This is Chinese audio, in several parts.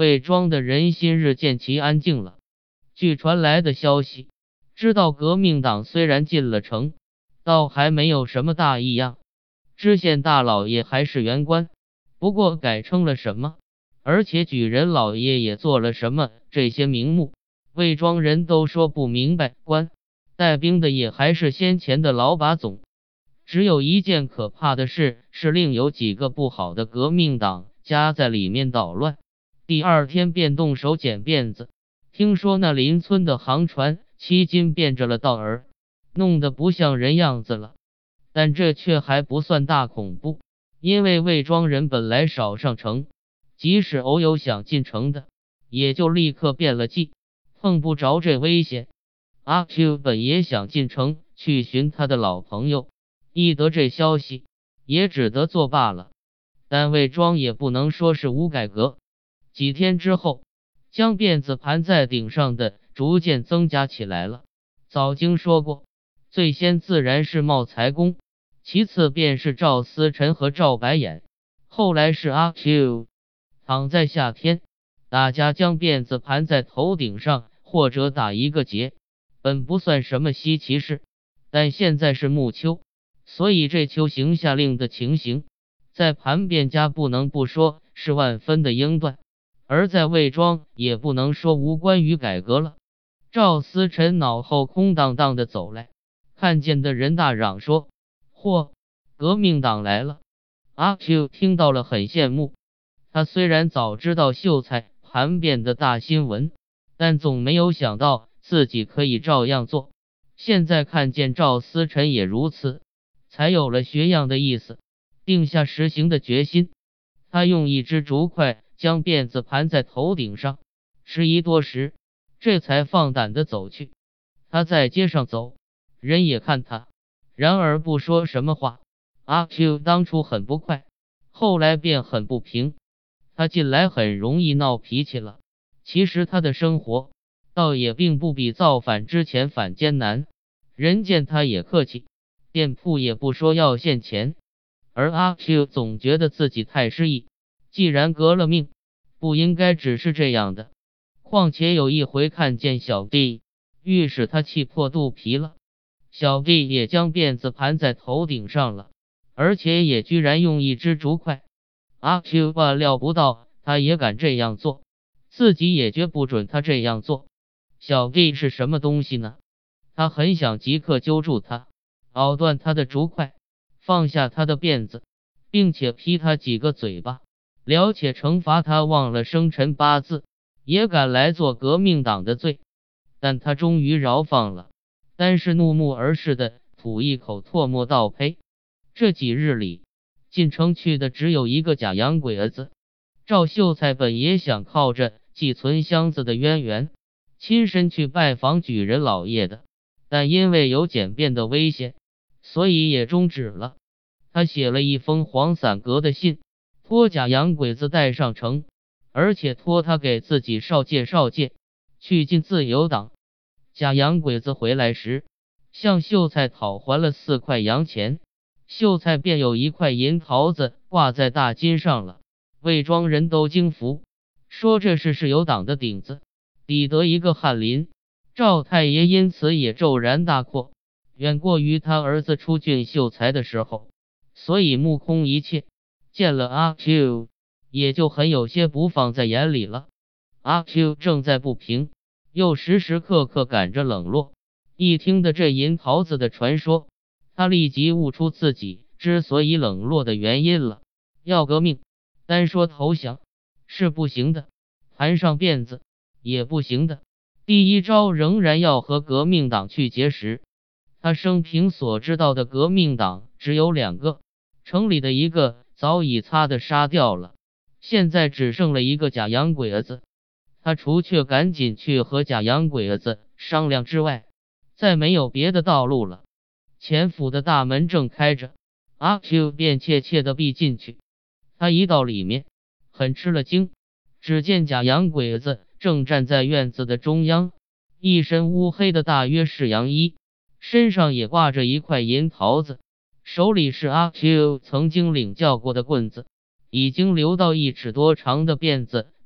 魏庄的人心日渐其安静了。据传来的消息，知道革命党虽然进了城，倒还没有什么大异样。知县大老爷还是原官，不过改称了什么，而且举人老爷也做了什么，这些名目魏庄人都说不明白。官带兵的也还是先前的老把总。只有一件可怕的事，是另有几个不好的革命党夹在里面捣乱。第二天便动手剪辫子，听说那邻村的航船迄今变着了道儿，弄得不像人样子了。但这却还不算大恐怖，因为魏庄人本来少上城，即使偶有想进城的，也就立刻变了计，碰不着这危险。阿 Q 本也想进城去寻他的老朋友，一得这消息，也只得作罢了。但魏庄也不能说是无改革。几天之后，将辫子盘在顶上的逐渐增加起来了。早经说过，最先自然是茂才公，其次便是赵思辰和赵白眼，后来是阿 Q。躺在夏天，大家将辫子盘在头顶上，或者打一个结，本不算什么稀奇事。但现在是暮秋，所以这秋行夏令的情形，在盘辫家不能不说是万分的英断，而在魏庄也不能说无关于改革了。赵思辰脑后空荡荡的走来，看见的人大嚷说：“嚯，革命党来了！”阿 Q 听到了很羡慕。他虽然早知道秀才盘辫的大新闻，但总没有想到自己可以照样做。现在看见赵思辰也如此，才有了学样的意思，定下实行的决心。他用一只竹筷将辫子盘在头顶上，迟疑多时，这才放胆的走去。他在街上走，人也看他，然而不说什么话。阿 Q 当初很不快，后来便很不平。他近来很容易闹脾气了。其实他的生活倒也并不比造反之前反艰难，人见他也客气，店铺也不说要现钱。而阿 Q 总觉得自己太失意，既然革了命，不应该只是这样的。况且有一回看见小弟，愈使他气破肚皮了。小弟也将辫子盘在头顶上了，而且也居然用一只竹筷。阿 Q 料不到他也敢这样做，自己也绝不准他这样做。小弟是什么东西呢？他很想即刻揪住他，咬断他的竹筷，放下他的辫子，并且劈他几个嘴巴，了且惩罚他忘了生辰八字，也敢来做革命党的罪。但他终于饶放了，但是怒目而视的吐一口唾沫道：“呸！”这几日里，进城去的只有一个假洋鬼子。赵秀才本也想靠着寄存箱子的渊源，亲身去拜访举人老爷的，但因为有简便的危险，所以也终止了。他写了一封黄伞格的信，托假洋鬼子带上城，而且托他给自己少介去进自由党。假洋鬼子回来时，向秀才讨还了4块洋钱，秀才便有1块银桃子挂在大襟上了。魏庄人都惊服，说这是有党的顶子，抵得一个翰林。赵太爷因此也骤然大阔，远过于他儿子出郡秀才的时候，所以目空一切，见了阿 Q 也就很有些不放在眼里了。阿 Q 正在不平，又时时刻刻赶着冷落，一听的这银桃子的传说，他立即悟出自己之所以冷落的原因了。要革命，单说投降是不行的，盘上辫子也不行的。第一招仍然要和革命党去结识。他生平所知道的革命党只有2个，城里的一个早已擦的杀掉了，现在只剩了一个假洋鬼子。他除却赶紧去和假洋鬼子商量之外，再没有别的道路了。前府的大门正开着，阿 Q 便怯怯地逼进去。他一到里面，很吃了惊，只见假洋鬼子正站在院子的中央，一身乌黑的大约是洋衣，身上也挂着1块银桃子，手里是阿 Q 曾经领教过的棍子，已经留到1尺多长的辫子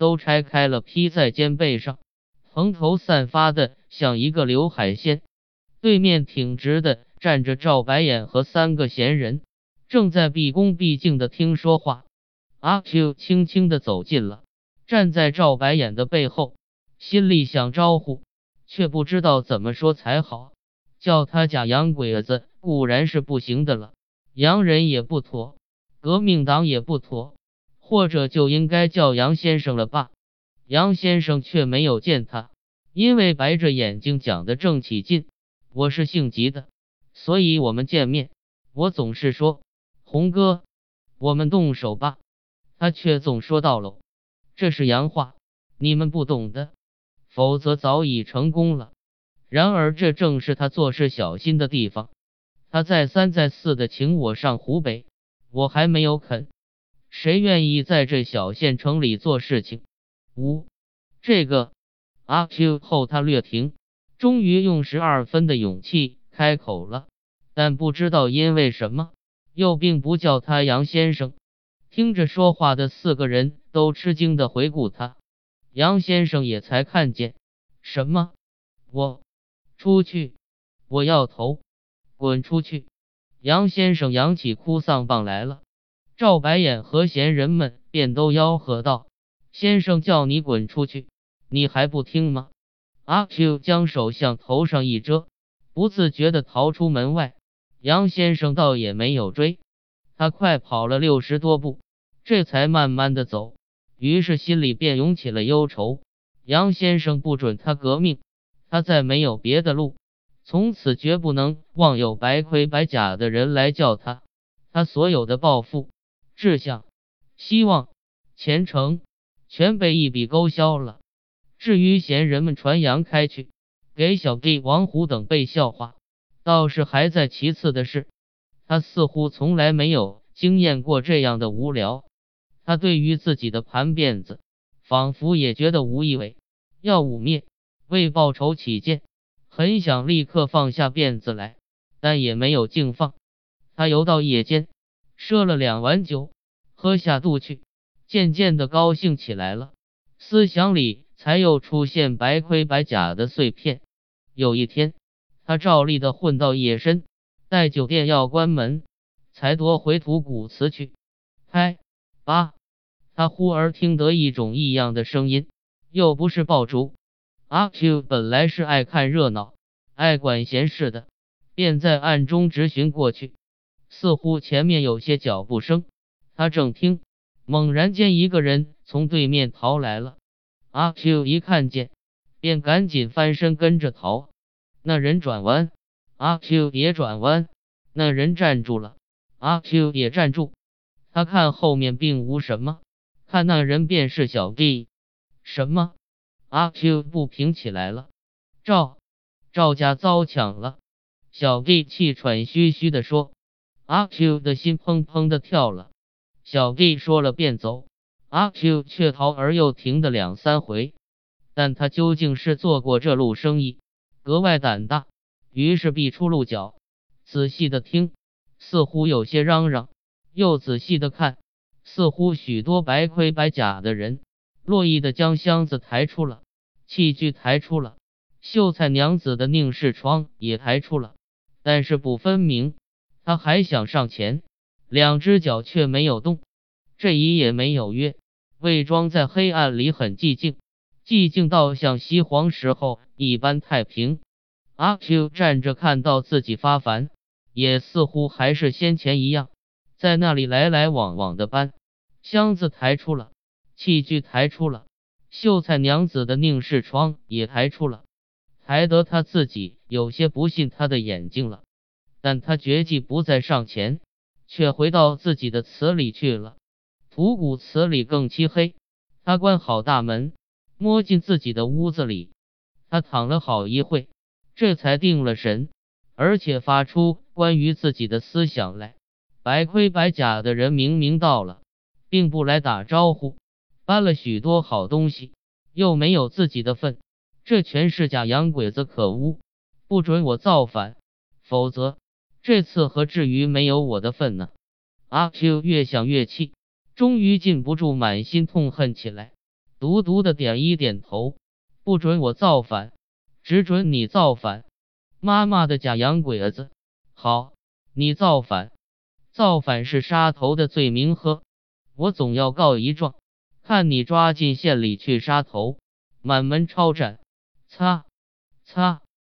都拆开了披在肩背上，蓬头散发的像一个刘海仙。对面挺直的站着赵白眼和3个闲人，正在毕恭毕敬的听说话。阿 Q 轻轻的走近了，站在赵白眼的背后，心里想招呼，却不知道怎么说才好。叫他假洋鬼子固然是不行的了，洋人也不妥，革命党也不妥，或者就应该叫杨先生了吧。杨先生却没有见他，因为白着眼睛讲得正起劲。我是姓吉的，所以我们见面，我总是说，红哥，我们动手吧。他却总说到喽，这是洋话，你们不懂的，否则早已成功了。然而这正是他做事小心的地方。他再三再四的请我上湖北，我还没有肯。谁愿意在这小县城里做事情？这个阿 Q 后他略停，终于用12分的勇气开口了，但不知道因为什么，又并不叫他杨先生。听着说话的4个人都吃惊的回顾他，杨先生也才看见。什么？我出去，我要头，滚出去！杨先生扬起哭丧棒来了。赵白眼和闲人们便都吆喝道：先生叫你滚出去，你还不听吗？阿 Q 将手向头上一遮，不自觉地逃出门外。杨先生倒也没有追，他快跑了60多步，这才慢慢地走。于是心里便涌起了忧愁。杨先生不准他革命，他再没有别的路，从此绝不能望有白盔白甲的人来叫他。他所有的抱负、志向、希望、前程，全被一笔勾销了。至于闲人们传扬开去，给小弟王虎等被笑话，倒是还在其次的事。他似乎从来没有经验过这样的无聊。他对于自己的盘辫子，仿佛也觉得无意味。要污蔑，为报仇起见，很想立刻放下辫子来，但也没有净放。他游到夜间，赊了2碗酒，喝下肚去，渐渐的高兴起来了，思想里才又出现白盔白甲的碎片。有一天，他照例的混到夜深，待酒店要关门，才夺回土谷祠去。拍吧！他忽而听得一种异样的声音，又不是爆竹。阿 Q 本来是爱看热闹、爱管闲事的，便在暗中直寻过去。似乎前面有些脚步声，他正听，猛然间一个人从对面逃来了。阿 Q 一看见，便赶紧翻身跟着逃。那人转弯，阿 Q 也转弯，那人站住了，阿 Q 也站住。他看后面并无什么，看那人便是小弟。什么？阿 Q 不平起来了。赵家遭抢了。小弟气喘吁吁地说。阿 Q 的心砰砰地跳了。小弟说了便走，阿 Q 却逃而又停的2、3回。但他究竟是做过这路生意，格外胆大，于是避出路角，仔细的听，似乎有些嚷嚷，又仔细的看，似乎许多白盔白甲的人乐意的将箱子抬出了，器具抬出了，秀才娘子的宁视窗也抬出了，但是不分明。他还想上前，2只脚却没有动，这一夜没有月，魏庄在黑暗里很寂静，寂静到像西黄时候一般太平。阿 Q 站着看到自己发烦，也似乎还是先前一样，在那里来来往往的搬，箱子抬出了，器具抬出了，秀才娘子的宁视窗也抬出了，抬得他自己有些不信他的眼睛了。但他决计不再上前，却回到自己的祠里去了。土谷祠里更漆黑，他关好大门，摸进自己的屋子里。他躺了好一会，这才定了神，而且发出关于自己的思想来。白盔白甲的人明明到了，并不来打招呼，搬了许多好东西，又没有自己的份，这全是假洋鬼子，可恶！不准我造反，否则这次何至于没有我的份呢？阿 Q 越想越气，终于禁不住满心痛恨起来。 独独的点一点头，不准我造反，只准你造反。妈妈的假洋鬼子，好，你造反，造反是杀头的罪名呵，我总要告一状，看你抓进县里去杀头，满门抄斩，擦擦。